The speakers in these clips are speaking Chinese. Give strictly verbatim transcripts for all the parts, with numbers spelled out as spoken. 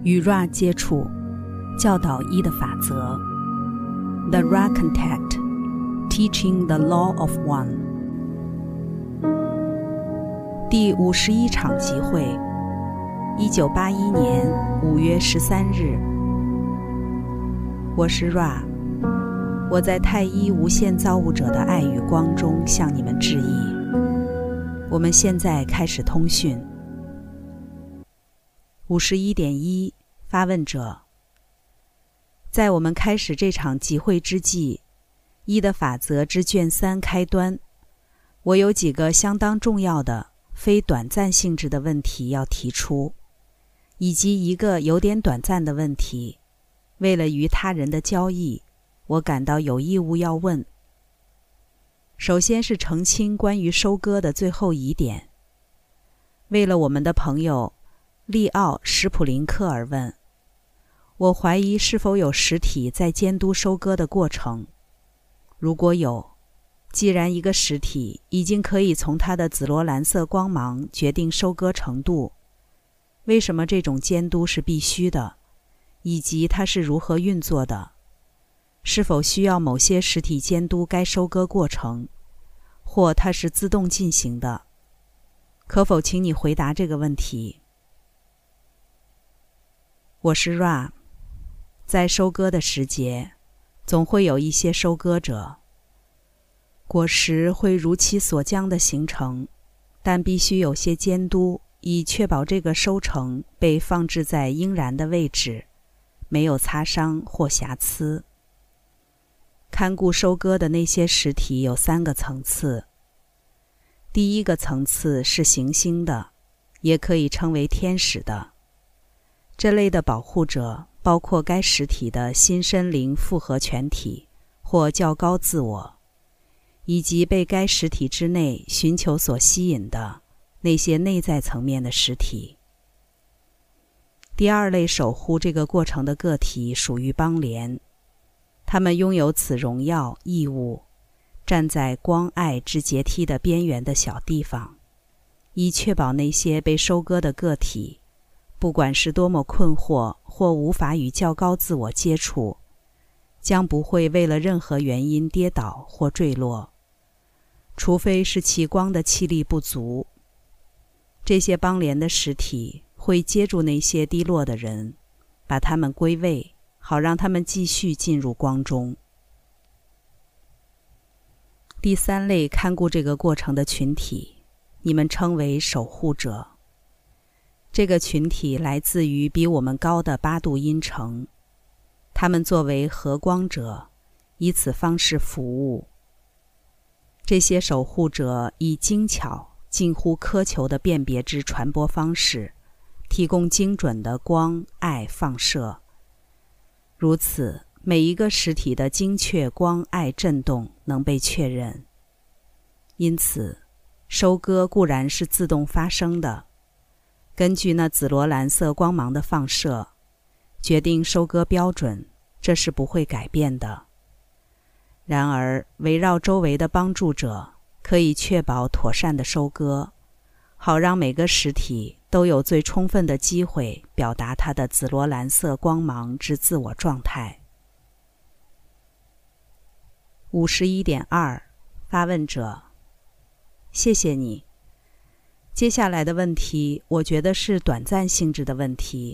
与 Ra 接触，教导一的法则 The Ra Contact Teaching the Law of One 第五十一场集会，一九八一年五月十三日。我是 Ra， 我在太一无限造物者的爱与光中向你们致意。我们现在开始通讯。五十一点一发问者：在我们开始这场集会之际，一的法则之卷三开端，我有几个相当重要的非短暂性质的问题要提出，以及一个有点短暂的问题，为了与他人的交易，我感到有义务要问。首先是澄清关于收割的最后疑点。为了我们的朋友利奥·史普林克而问，我怀疑是否有实体在监督收割的过程。如果有，既然一个实体已经可以从它的紫罗兰色光芒决定收割程度，为什么这种监督是必须的，以及它是如何运作的？是否需要某些实体监督该收割过程，或它是自动进行的？可否请你回答这个问题？我是 Ra， 在收割的时节，总会有一些收割者。果实会如其所将的形成，但必须有些监督，以确保这个收成被放置在应然的位置，没有擦伤或瑕疵。看顾收割的那些实体有三个层次。第一个层次是行星的，也可以称为天使的。这类的保护者包括该实体的新身灵复合全体或较高自我，以及被该实体之内寻求所吸引的那些内在层面的实体。第二类守护这个过程的个体属于邦联，他们拥有此荣耀义务，站在光爱之阶梯的边缘的小地方，以确保那些被收割的个体，不管是多么困惑或无法与较高自我接触，将不会为了任何原因跌倒或坠落，除非是其光的气力不足。这些邦联的实体会接住那些低落的人，把他们归位，好让他们继续进入光中。第三类看顾这个过程的群体，你们称为守护者。这个群体来自于比我们高的八度音程，他们作为和光者，以此方式服务。这些守护者以精巧、近乎苛求的辨别之传播方式，提供精准的光爱放射。如此，每一个实体的精确光爱振动能被确认。因此，收割固然是自动发生的，根据那紫罗兰色光芒的放射，决定收割标准，这是不会改变的。然而，围绕周围的帮助者可以确保妥善的收割，好让每个实体都有最充分的机会表达它的紫罗兰色光芒之自我状态。五十一点二发问者：谢谢你。接下来的问题，我觉得是短暂性质的问题。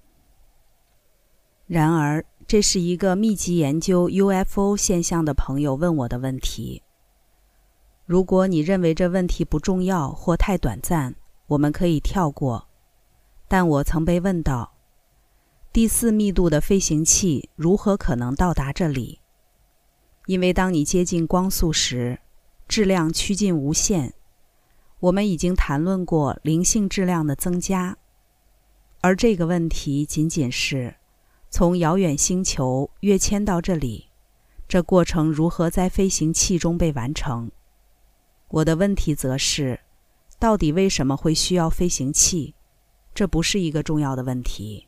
然而，这是一个密集研究 U F O 现象的朋友问我的问题。如果你认为这问题不重要或太短暂，我们可以跳过。但我曾被问到，第四密度的飞行器如何可能到达这里？因为当你接近光速时，质量趋近无限。我们已经谈论过灵性质量的增加，而这个问题仅仅是从遥远星球跃迁到这里，这过程如何在飞行器中被完成？我的问题则是，到底为什么会需要飞行器？这不是一个重要的问题。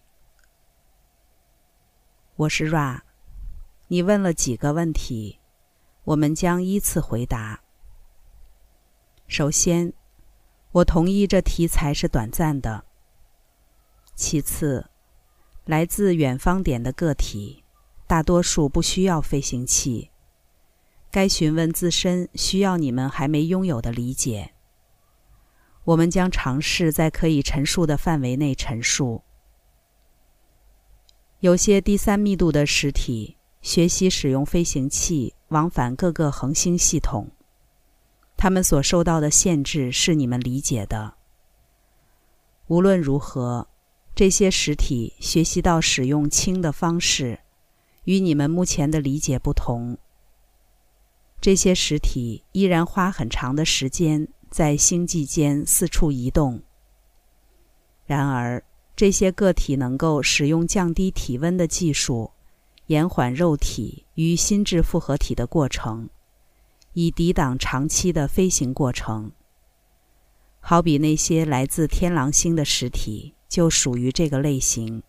我是 Ra， 你问了几个问题，我们将依次回答。首先，我同意这题材是短暂的。其次， 来自远方点的个体，大多数不需要飞行器。该询问自身需要你们还没拥有的理解。我们将尝试在可以陈述的范围内陈述。有些第三密度的实体学习使用飞行器往返各个恒星系统，他们所受到的限制是你们理解的。无论如何，这些实体学习到使用氢的方式，与你们目前的理解不同。这些实体依然花很长的时间在星际间四处移动。然而，这些个体能够使用降低体温的技术，延缓肉体与心智复合体的过程，以抵挡长期的飞行过程。好比那些来自天狼星的实体就属于这个类型。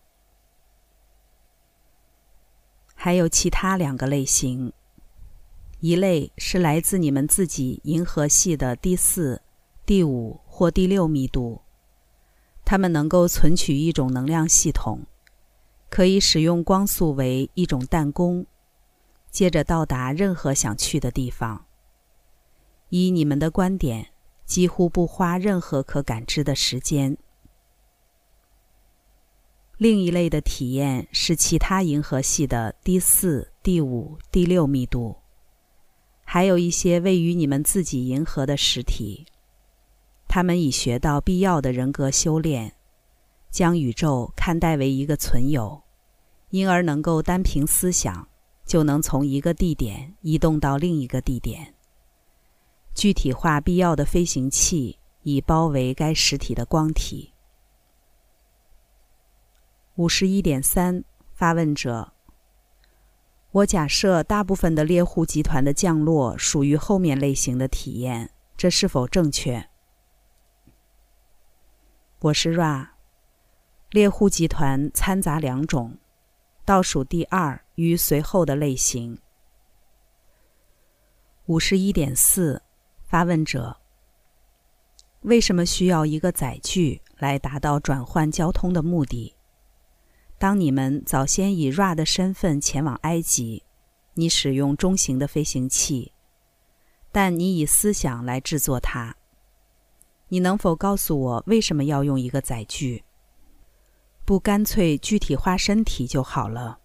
还有其他两个类型，一类是来自你们自己银河系的第四、第五或第六密度，它们能够存取一种能量系统，可以使用光速为一种弹弓，接着到达任何想去的地方。以你们的观点，几乎不花任何可感知的时间。另一类的体验是其他银河系的第四、第五、第六密度，还有一些位于你们自己银河的实体。他们已学到必要的人格修炼，将宇宙看待为一个存有，因而能够单凭思想就能从一个地点移动到另一个地点。具体化必要的飞行器以包围该实体的光体。五十一点三发问者：我假设大部分的猎户集团的降落属于后面类型的体验，这是否正确？我是 Ra。 猎户集团掺杂两种，倒数第二与随后的类型。五十一点四发问者：为什么需要一个载具来达到转换交通的目的？当你们早先以 Ra 的身份前往埃及，你使用中型的飞行器，但你以思想来制作它。你能否告诉我为什么要用一个载具？不干脆具体化身体就好了。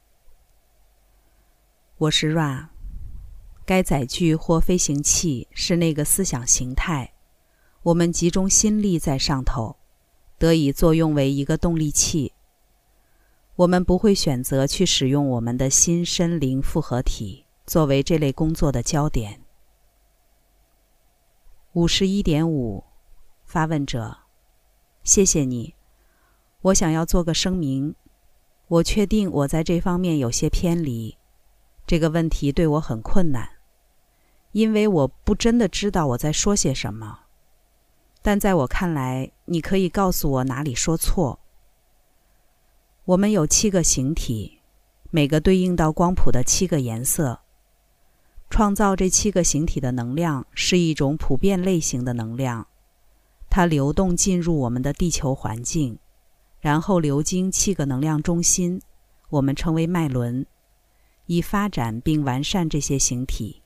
我是 Ra。该载具或飞行器是那个思想形态，我们集中心力在上头，得以作用为一个动力器。我们不会选择去使用我们的心身灵复合体作为这类工作的焦点。五十一点五发问者：谢谢你。我想要做个声明，我确定我在这方面有些偏离。这个问题对我很困难，因为我不真的知道我在说些什么。但在我看来，你可以告诉我哪里说错。我们有七个形体，每个对应到光谱的七个颜色。创造这七个形体的能量是一种普遍类型的能量，它流动进入我们的地球环境，然后流经七个能量中心，我们称为脉轮，以发展并完善这些形体。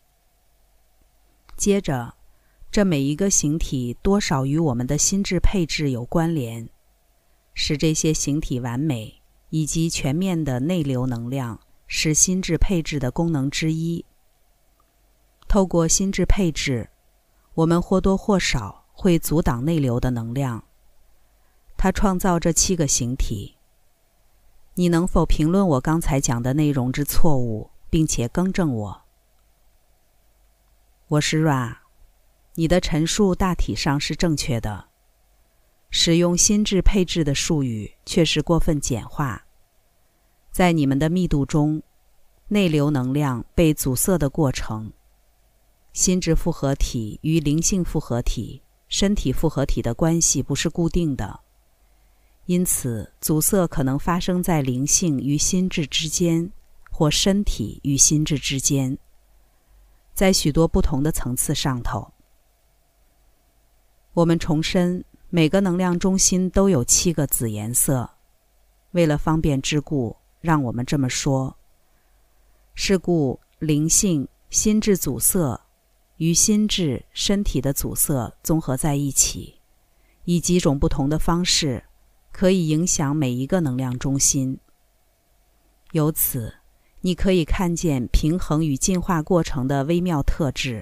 接着，这每一个形体多少与我们的心智配置有关联，使这些形体完美以及全面的内流能量是心智配置的功能之一。透过心智配置，我们或多或少会阻挡内流的能量，它创造这七个形体。你能否评论我刚才讲的内容之错误，并且更正我？我是 Ra。 你的陈述大体上是正确的，使用心智配置的术语却是过分简化。在你们的密度中，内流能量被阻塞的过程，心智复合体与灵性复合体、身体复合体的关系不是固定的，因此阻塞可能发生在灵性与心智之间，或身体与心智之间，在许多不同的层次上头。我们重申，每个能量中心都有七个子颜色， 为了方便之故，让我们这么说。是故灵性、心智阻塞与心智、身体的阻塞综合在一起，以几种不同的方式，可以影响每一个能量中心。由此，你可以看见平衡与进化过程的微妙特质。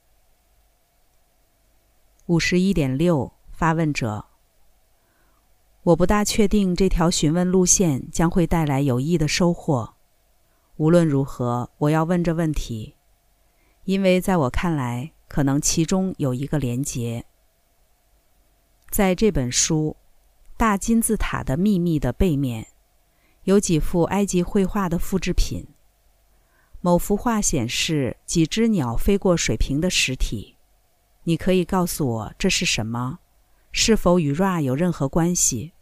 五十一点六，发问者：我不大确定这条询问路线将会带来有益的收获。无论如何，我要问这问题，因为在我看来，可能其中有一个连结。在这本书《大金字塔的秘密》的背面，有几幅埃及绘画的复制品。某幅画显示几只鸟飞过水平的实体。你可以告诉我这是什么？是否与 Ra 有任何关系？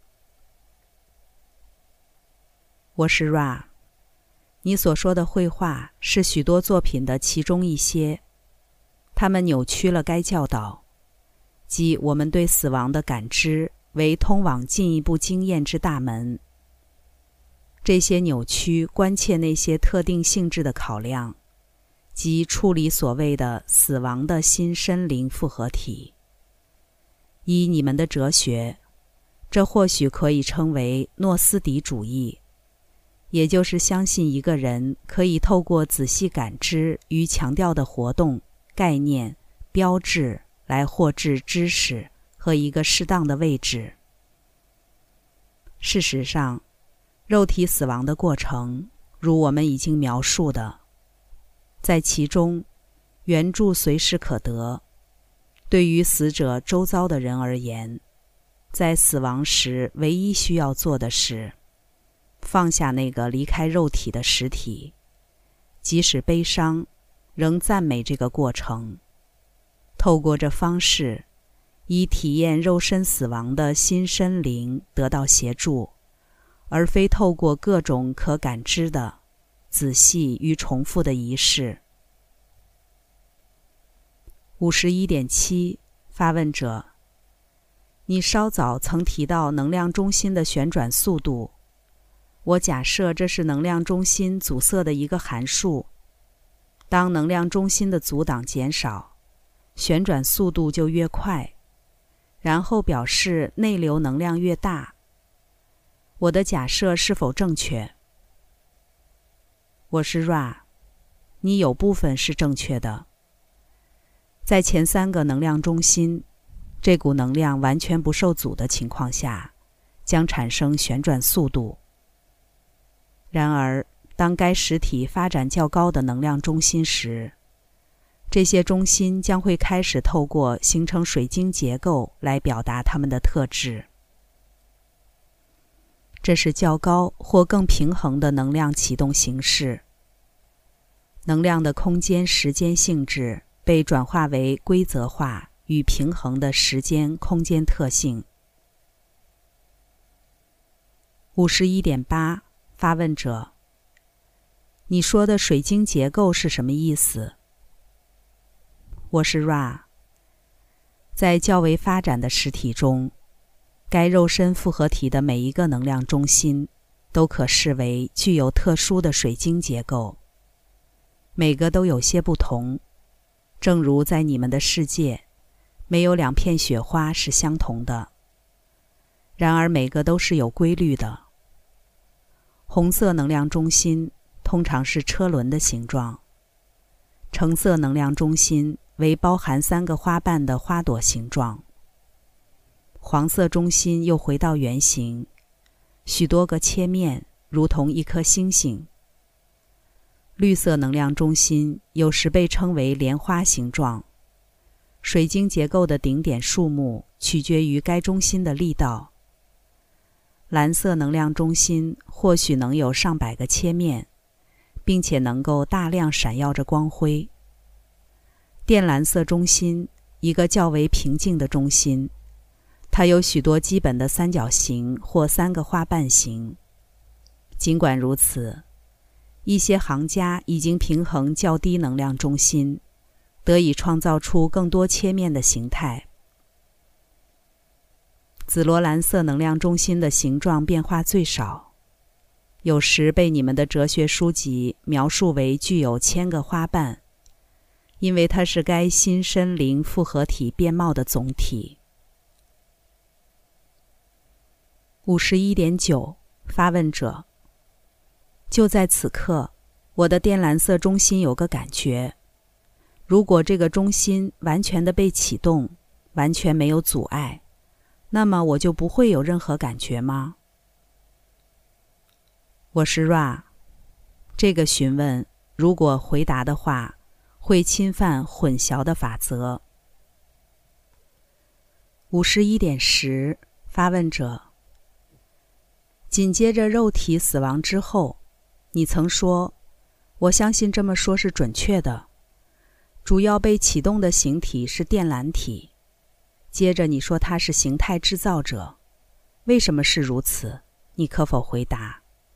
我是 Ra。你所说的绘画是许多作品的其中一些，它们扭曲了该教导，即我们对死亡的感知为通往进一步经验之大门。这些扭曲关切那些特定性质的考量，即处理所谓的死亡的新身灵复合体。依你们的哲学，这或许可以称为诺斯底主义，也就是相信一个人可以透过仔细感知与强调的活动、概念、标志来获知知识和一个适当的位置。事实上，肉体死亡的过程，如我们已经描述的，在其中，援助随时可得。对于死者周遭的人而言，在死亡时唯一需要做的是放下那个离开肉体的实体，即使悲伤，仍赞美这个过程。透过这方式，以体验肉身死亡的新身灵得到协助，而非透过各种可感知的、仔细与重复的仪式。五十一点七，发问者：你稍早曾提到能量中心的旋转速度，我假设这是能量中心阻塞的一个函数。当能量中心的阻挡减少，旋转速度就越快，然后表示内流能量越大。我的假设是否正确？我是 Ra， 你有部分是正确的。在前三个能量中心，这股能量完全不受阻的情况下，将产生旋转速度。然而，当该实体发展较高的能量中心时，这些中心将会开始透过形成水晶结构来表达它们的特质。这是较高或更平衡的能量启动形式。能量的空间时间性质被转化为规则化与平衡的时间空间特性。五十一点八，发问者：你说的水晶结构是什么意思？我是 Ra。在较为发展的实体中，该肉身复合体的每一个能量中心都可视为具有特殊的水晶结构，每个都有些不同。正如在你们的世界，没有两片雪花是相同的，然而每个都是有规律的。红色能量中心通常是车轮的形状，橙色能量中心为包含三个花瓣的花朵形状，黄色中心又回到圆形，许多个切面，如同一颗星星。绿色能量中心有时被称为莲花形状，水晶结构的顶点数目取决于该中心的力道。蓝色能量中心或许能有上百个切面，并且能够大量闪耀着光辉。靛蓝色中心，一个较为平静的中心，它有许多基本的三角形或三个花瓣形。尽管如此，一些行家已经平衡较低能量中心，得以创造出更多切面的形态。紫罗兰色能量中心的形状变化最少， 有时被你们的哲学书籍描述为具有千个花瓣，因为它是该心身灵复合体变貌的总体。五十一点九，发问者：就在此刻，我的靛蓝色中心有个感觉，如果这个中心完全的被启动，完全没有阻碍，那么我就不会有任何感觉吗？我是 Ra。 这个询问如果回答的话，会侵犯混淆的法则。五十一点十，发问者：紧接着肉体死亡之后，你曾说，我相信这么说是准确的，主要被启动的形体是靛蓝体。接着你说它是形态制造者，为什么是如此？你可否回答？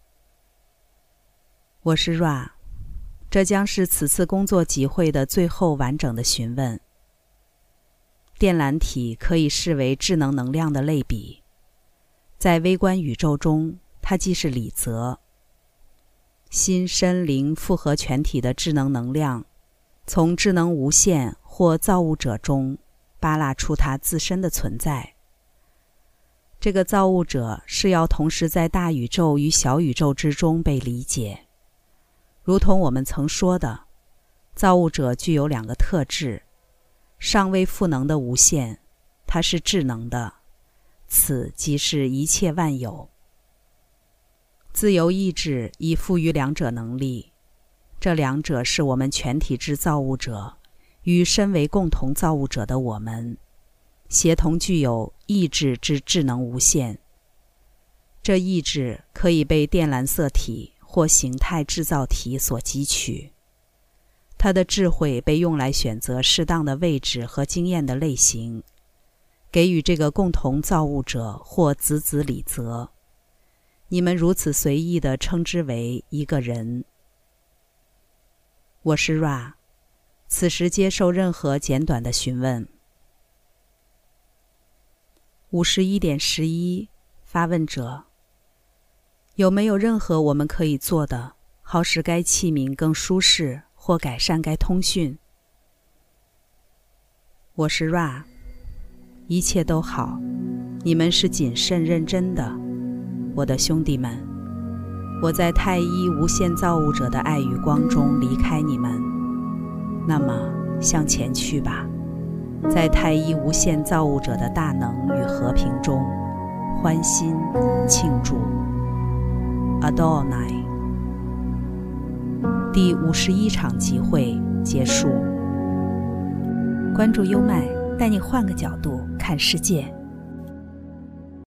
我是 Ra。 这将是此次工作集会的最后完整的询问。靛蓝体可以视为智能能量的类比，在微观宇宙中，它既是理则。心身灵复合全体的智能能量，从智能无限或造物者中扒拉出它自身的存在。这个造物者是要同时在大宇宙与小宇宙之中被理解。如同我们曾说的，造物者具有两个特质：尚未赋能的无限，它是智能的，此即是一切万有。自由意志已赋予两者能力，这两者是我们全体之造物者与身为共同造物者的我们，协同具有意志之智能无限。这意志可以被靛蓝色体或形态制造体所汲取，它的智慧被用来选择适当的位置和经验的类型，给予这个共同造物者或子子理则。你们如此随意地称之为一个人。我是 Ra， 此时接受任何简短的询问。五十一点十一，发问者：有没有任何我们可以做的，好使该器皿更舒适或改善该通讯？我是 Ra。 一切都好，你们是谨慎认真的，我的兄弟们。我在太一无限造物者的爱与光中离开你们，那么向前去吧，在太一无限造物者的大能与和平中欢欣庆祝。Adonai。 第五十一场集会结束。关注优麦，带你换个角度看世界。